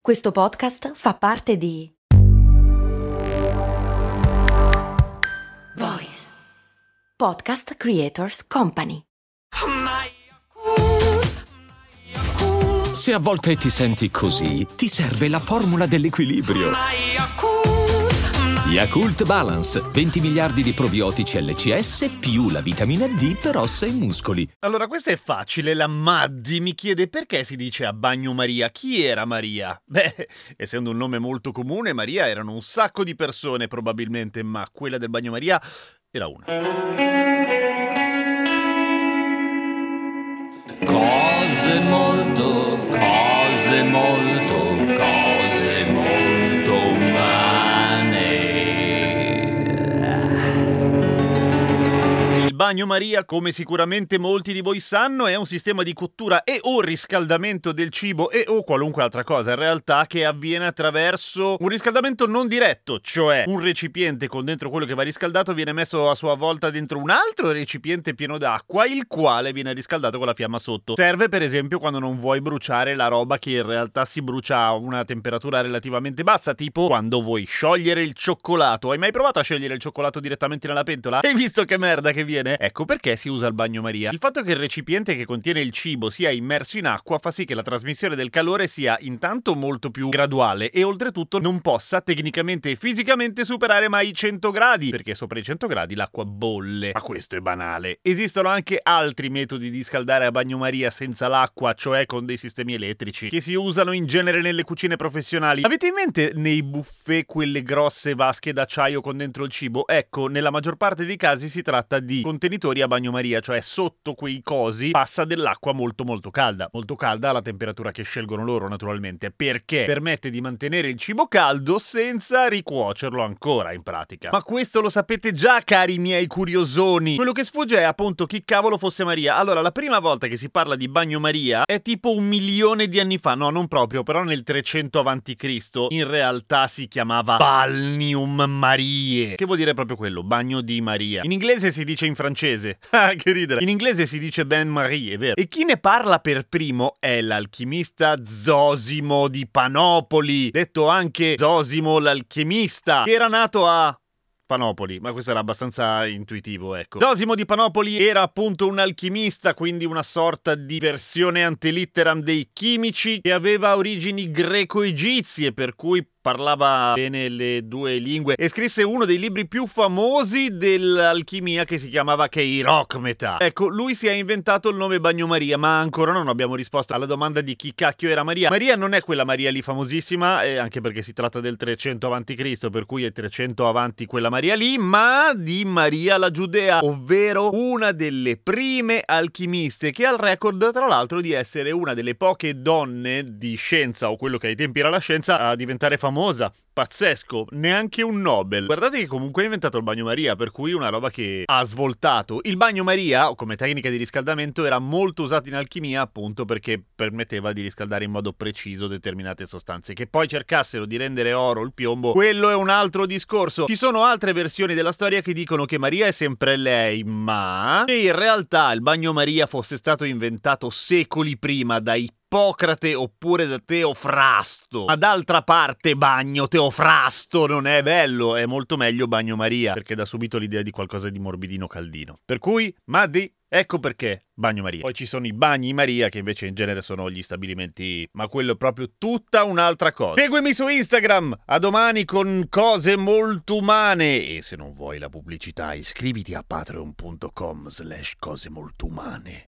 Questo podcast fa parte di Voice Podcast Creators Company. Se a volte ti senti così, ti serve la formula dell'equilibrio. Yakult Balance, 20 miliardi di probiotici LCS più la vitamina D per ossa e muscoli. Allora, questa è facile. La Maddi mi chiede perché si dice a bagnomaria. Chi era Maria? Beh, essendo un nome molto comune, Maria erano un sacco di persone probabilmente, ma quella del bagnomaria era una. Cose molto Il bagnomaria, come sicuramente molti di voi sanno, è un sistema di cottura e o riscaldamento del cibo e o qualunque altra cosa in realtà che avviene attraverso un riscaldamento non diretto, cioè un recipiente con dentro quello che va riscaldato viene messo a sua volta dentro un altro recipiente pieno d'acqua, il quale viene riscaldato con la fiamma sotto. Serve per esempio quando non vuoi bruciare la roba che in realtà si brucia a una temperatura relativamente bassa, tipo quando vuoi sciogliere il cioccolato. Hai mai provato a sciogliere il cioccolato direttamente nella pentola? Hai visto che merda che viene? Ecco perché si usa il bagnomaria. Il fatto che il recipiente che contiene il cibo sia immerso in acqua fa sì che la trasmissione del calore sia intanto molto più graduale e oltretutto non possa tecnicamente e fisicamente superare mai i 100 gradi, perché sopra i 100 gradi l'acqua bolle. Ma questo è banale. Esistono anche altri metodi di scaldare a bagnomaria senza l'acqua, cioè con dei sistemi elettrici, che si usano in genere nelle cucine professionali. Avete in mente nei buffet quelle grosse vasche d'acciaio con dentro il cibo? Ecco, nella maggior parte dei casi si tratta di contenitori a bagnomaria, cioè sotto quei cosi passa dell'acqua molto calda alla temperatura che scelgono loro naturalmente, perché permette di mantenere il cibo caldo senza ricuocerlo ancora in pratica. Ma questo lo sapete già, cari miei curiosoni. Quello che sfugge è appunto chi cavolo fosse Maria. Allora, la prima volta che si parla di bagnomaria è tipo 1 milione di anni fa, no, non proprio, però nel 300 avanti Cristo. In realtà si chiamava Balnium Mariae, che vuol dire proprio quello, bagno di Maria. In inglese si dice in francese. Ah, che ridere. In inglese si dice Ben Marie, è vero. E chi ne parla per primo è l'alchimista Zosimo di Panopoli, detto anche Zosimo l'alchimista, che era nato a Panopoli, ma questo era abbastanza intuitivo, ecco. Zosimo di Panopoli era appunto un alchimista, quindi una sorta di versione antelitteram dei chimici, che aveva origini greco-egizie, per cui parlava bene le due lingue e scrisse uno dei libri più famosi dell'alchimia che si chiamava Cheirocmeta. Ecco, lui si è inventato il nome bagnomaria, ma ancora non abbiamo risposto alla domanda di chi cacchio era Maria. Maria non è quella Maria lì famosissima, anche perché si tratta del 300 avanti Cristo, per cui è 300 avanti quella Maria lì, ma di Maria la Giudea, ovvero una delle prime alchimiste, che ha il record tra l'altro di essere una delle poche donne di scienza, o quello che ai tempi era la scienza, a diventare famosa. Pazzesco, neanche un Nobel. Guardate che comunque ha inventato il bagnomaria, per cui una roba che ha svoltato. Il bagnomaria, come tecnica di riscaldamento, era molto usato in alchimia appunto perché permetteva di riscaldare in modo preciso determinate sostanze. Che poi cercassero di rendere oro il piombo, quello è un altro discorso. Ci sono altre versioni della storia che dicono che Maria è sempre lei, ma che in realtà il bagnomaria fosse stato inventato secoli prima da Ippocrate oppure da Teofrasto. Ma d'altra parte bagno Teofrasto non è bello, è molto meglio bagnomaria, perché dà subito l'idea di qualcosa di morbidino caldino. Per cui, Maddi, ecco perché bagnomaria. Poi ci sono i bagni Maria, che invece in genere sono gli stabilimenti, ma quello è proprio tutta un'altra cosa. Seguimi su Instagram, a domani con cose molto umane, e se non vuoi la pubblicità iscriviti a patreon.com/cosemoltoumane.